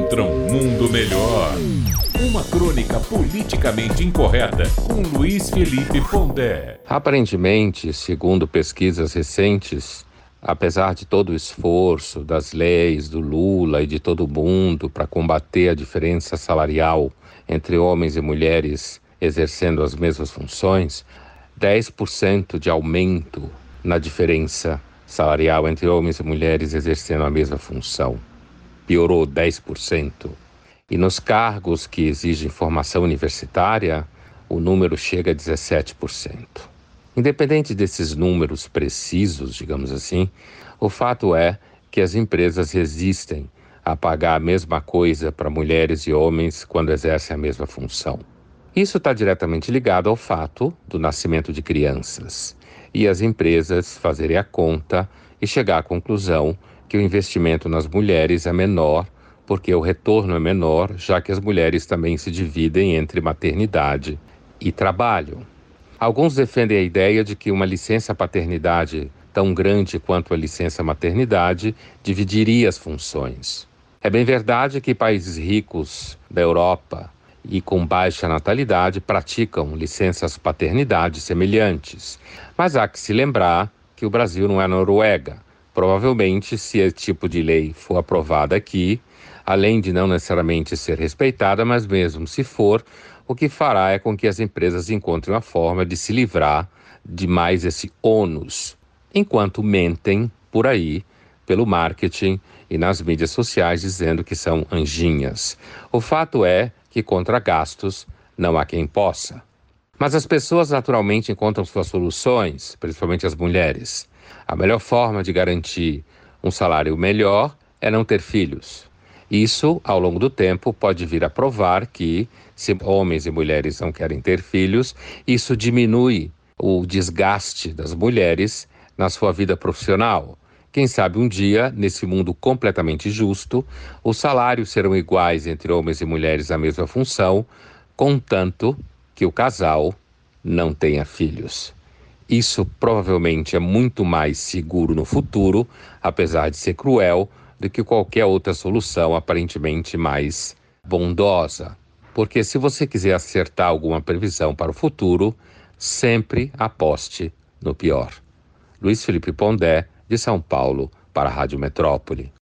contra um mundo melhor. Uma crônica politicamente incorreta com Luiz Felipe Pondé. Aparentemente, segundo pesquisas recentes, apesar de todo o esforço das leis do Lula e de todo mundo para combater a diferença salarial entre homens e mulheres exercendo as mesmas funções, 10% de aumento na diferença salarial entre homens e mulheres exercendo a mesma função. Piorou 10%. E nos cargos que exigem formação universitária, o número chega a 17%. Independente desses números precisos, digamos assim, o fato é que as empresas resistem a pagar a mesma coisa para mulheres e homens quando exercem a mesma função. Isso está diretamente ligado ao fato do nascimento de crianças e as empresas fazerem a conta e chegar à conclusão que o investimento nas mulheres é menor porque o retorno é menor, já que as mulheres também se dividem entre maternidade e trabalho. Alguns defendem a ideia de que uma licença paternidade tão grande quanto a licença maternidade dividiria as funções. É bem verdade que países ricos da Europa e com baixa natalidade praticam licenças paternidade semelhantes. Mas há que se lembrar que o Brasil não é a Noruega. Provavelmente, se esse tipo de lei for aprovada aqui, além de não necessariamente ser respeitada, mas mesmo se for, o que fará é com que as empresas encontrem uma forma de se livrar de mais esse ônus, enquanto mentem por aí, pelo marketing e nas mídias sociais, dizendo que são anjinhas. O fato é que contra gastos não há quem possa. Mas as pessoas naturalmente encontram suas soluções, principalmente as mulheres. A melhor forma de garantir um salário melhor é não ter filhos. Isso, ao longo do tempo, pode vir a provar que, se homens e mulheres não querem ter filhos, isso diminui o desgaste das mulheres na sua vida profissional. Quem sabe um dia, nesse mundo completamente justo, os salários serão iguais entre homens e mulheres na mesma função, contanto que o casal não tenha filhos. Isso provavelmente é muito mais seguro no futuro, apesar de ser cruel, do que qualquer outra solução aparentemente mais bondosa. Porque se você quiser acertar alguma previsão para o futuro, sempre aposte no pior. Luiz Felipe Pondé, de São Paulo, para a Rádio Metrópole.